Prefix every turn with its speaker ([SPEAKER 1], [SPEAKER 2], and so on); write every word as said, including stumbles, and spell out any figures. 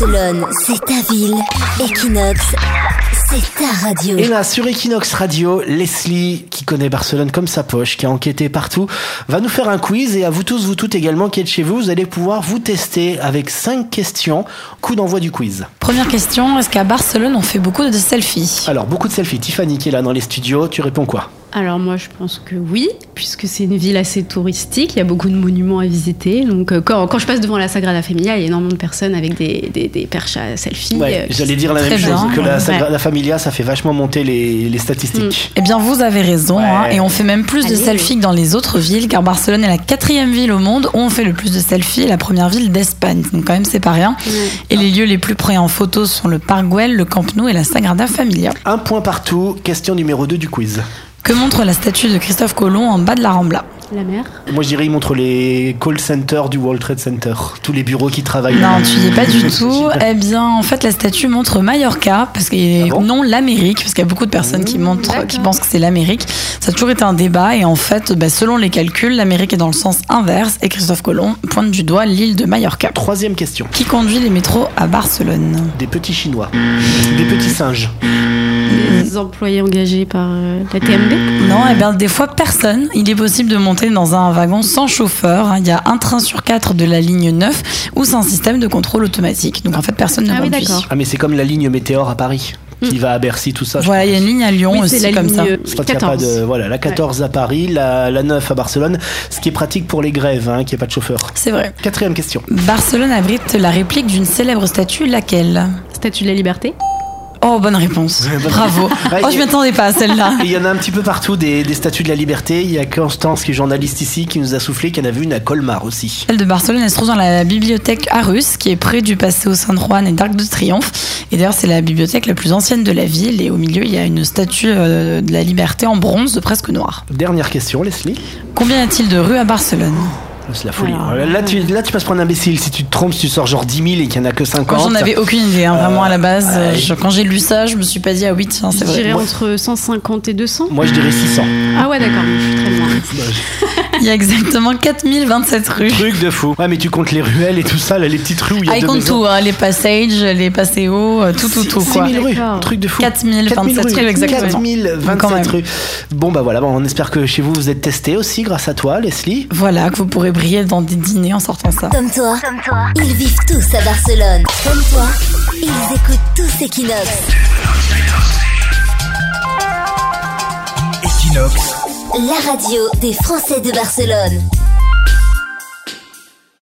[SPEAKER 1] Barcelone, c'est ta ville. Equinox, c'est ta radio.
[SPEAKER 2] Et là, sur Equinox Radio, Leslie, qui connaît Barcelone comme sa poche, qui a enquêté partout, va nous faire un quiz. Et à vous tous, vous toutes également qui êtes chez vous, vous allez pouvoir vous tester avec cinq questions. Coup d'envoi du quiz.
[SPEAKER 3] Première question, est-ce qu'à Barcelone, on fait beaucoup de selfies ?
[SPEAKER 2] Alors, beaucoup de selfies. Tiffany qui est là dans les studios, tu réponds quoi ?
[SPEAKER 4] Alors moi je pense que oui, puisque c'est une ville assez touristique, il y a beaucoup de monuments à visiter. Donc euh, quand, quand je passe devant la Sagrada Familia, il y a énormément de personnes avec des, des, des perches à selfie.
[SPEAKER 2] Ouais,
[SPEAKER 4] euh,
[SPEAKER 2] j'allais dire la même
[SPEAKER 3] bien.
[SPEAKER 2] chose, que la
[SPEAKER 4] Ouais.
[SPEAKER 2] Sagrada Familia, ça fait vachement monter les, les statistiques.
[SPEAKER 3] Eh bien, vous avez raison,
[SPEAKER 2] Ouais.
[SPEAKER 3] hein, et on fait même plus
[SPEAKER 4] Allez.
[SPEAKER 3] de selfies que dans les autres villes, car Barcelone est la quatrième ville au monde où on fait le plus de selfies, la première ville d'Espagne. Donc quand même, c'est pas rien.
[SPEAKER 4] Ouais.
[SPEAKER 3] Et les lieux les plus pris en photo sont le Parc Güell, le Camp Nou et la Sagrada Familia.
[SPEAKER 2] Un point partout. Question numéro deux du quiz.
[SPEAKER 3] Que montre la statue de Christophe Colomb en bas de la Rambla ?
[SPEAKER 4] La mer.
[SPEAKER 2] Moi, je dirais, il montre les call centers du World Trade Center. Tous les bureaux qui travaillent.
[SPEAKER 3] Non, tu y es pas du tout. Eh bien, en fait, la statue montre Mallorca, parce que
[SPEAKER 2] Ah bon
[SPEAKER 3] non l'Amérique, parce qu'il y a beaucoup de personnes qui montrent,
[SPEAKER 4] d'accord.
[SPEAKER 3] qui pensent que c'est l'Amérique. Ça a toujours été un débat, et en fait, bah, selon les calculs, l'Amérique est dans le sens inverse, et Christophe Colomb pointe du doigt l'île de Mallorca.
[SPEAKER 2] Troisième question.
[SPEAKER 3] Qui conduit les métros à Barcelone ?
[SPEAKER 2] Des petits Chinois. Des petits singes.
[SPEAKER 4] Les employés engagés par euh, la T M B.
[SPEAKER 3] Non, eh bien, des fois, personne. Il est possible de monter dans un wagon sans chauffeur. Il y a un train sur quatre de la ligne neuf où c'est un système de contrôle automatique. Donc, en fait, personne ne
[SPEAKER 4] Ah oui,
[SPEAKER 3] conduit.
[SPEAKER 4] d'accord.
[SPEAKER 2] Ah, mais c'est comme la ligne Météor à Paris, qui va à Bercy, tout ça. je
[SPEAKER 3] Voilà, il y a une ligne à Lyon
[SPEAKER 4] Oui,
[SPEAKER 3] aussi
[SPEAKER 4] c'est la
[SPEAKER 3] comme
[SPEAKER 4] ligne
[SPEAKER 3] ça.
[SPEAKER 4] euh,
[SPEAKER 2] Je crois qu'il y a pas
[SPEAKER 4] quatorze.
[SPEAKER 2] de, voilà, la quatorze à Paris, la, la neuf à Barcelone, ce qui est pratique pour les grèves, hein, qu'il n'y ait pas de chauffeur.
[SPEAKER 3] C'est vrai.
[SPEAKER 2] Quatrième question.
[SPEAKER 3] Barcelone abrite la réplique d'une célèbre statue, laquelle ?
[SPEAKER 4] Statue de la Liberté.
[SPEAKER 3] Oh, bonne réponse. Bravo.
[SPEAKER 2] Ouais,
[SPEAKER 3] Oh, je m'attendais pas à celle-là.
[SPEAKER 2] Et il y en a un petit peu partout des, des statues de la liberté. Il y a Constance, qui est journaliste ici, qui nous a soufflé qu'il y en a vu une à Colmar aussi.
[SPEAKER 3] Celle de Barcelone, elle se trouve dans la bibliothèque Arus, qui est près du Paseo San Juan et d'Arc de Triomphe. Et d'ailleurs, c'est la bibliothèque la plus ancienne de la ville. Et au milieu, il y a une statue euh, de la liberté en bronze, de presque noir.
[SPEAKER 2] Dernière question, Leslie.
[SPEAKER 3] Combien y a-t-il de rues à Barcelone ?
[SPEAKER 2] C'est la folie.
[SPEAKER 4] Alors,
[SPEAKER 2] là, tu, là, tu passes pour un imbécile. Si tu te trompes, si tu sors genre dix mille et qu'il n'y en a que cinquante.
[SPEAKER 3] Moi, j'en avais aucune idée, hein, vraiment à la base.
[SPEAKER 2] euh,
[SPEAKER 3] Je- quand j'ai lu ça, je me suis pas dit, ah oui, tiens, c'est
[SPEAKER 4] Je
[SPEAKER 3] vrai.
[SPEAKER 4] dirais
[SPEAKER 2] Moi-
[SPEAKER 4] entre cent cinquante et deux cents.
[SPEAKER 2] Moi, je dirais six cents.
[SPEAKER 4] Ah ouais, d'accord, je suis très loin.
[SPEAKER 3] Il y a exactement quatre mille vingt-sept rues.
[SPEAKER 2] Truc de fou. Ouais, mais tu comptes les ruelles et tout ça, là, les petites rues où il y a
[SPEAKER 3] Ah, il
[SPEAKER 2] deux
[SPEAKER 3] compte
[SPEAKER 2] maisons.
[SPEAKER 3] tout, hein, les passages, les passeos, euh, tout, tout, tout, quoi.
[SPEAKER 2] six mille rues,
[SPEAKER 4] D'accord.
[SPEAKER 2] truc de fou.
[SPEAKER 3] quatre mille vingt-sept
[SPEAKER 2] rues,
[SPEAKER 3] rues, exactement.
[SPEAKER 2] quatre mille
[SPEAKER 3] Quand même.
[SPEAKER 2] vingt-sept rues. Bon, bah voilà, bon, on espère que chez vous, vous êtes testés aussi grâce à toi, Leslie.
[SPEAKER 3] Voilà, que vous pourrez briller dans des dîners en sortant ça.
[SPEAKER 1] Comme toi, ils vivent tous à Barcelone. Comme toi, ils écoutent tous Equinox.
[SPEAKER 5] Equinox,
[SPEAKER 1] La radio des Français de Barcelone.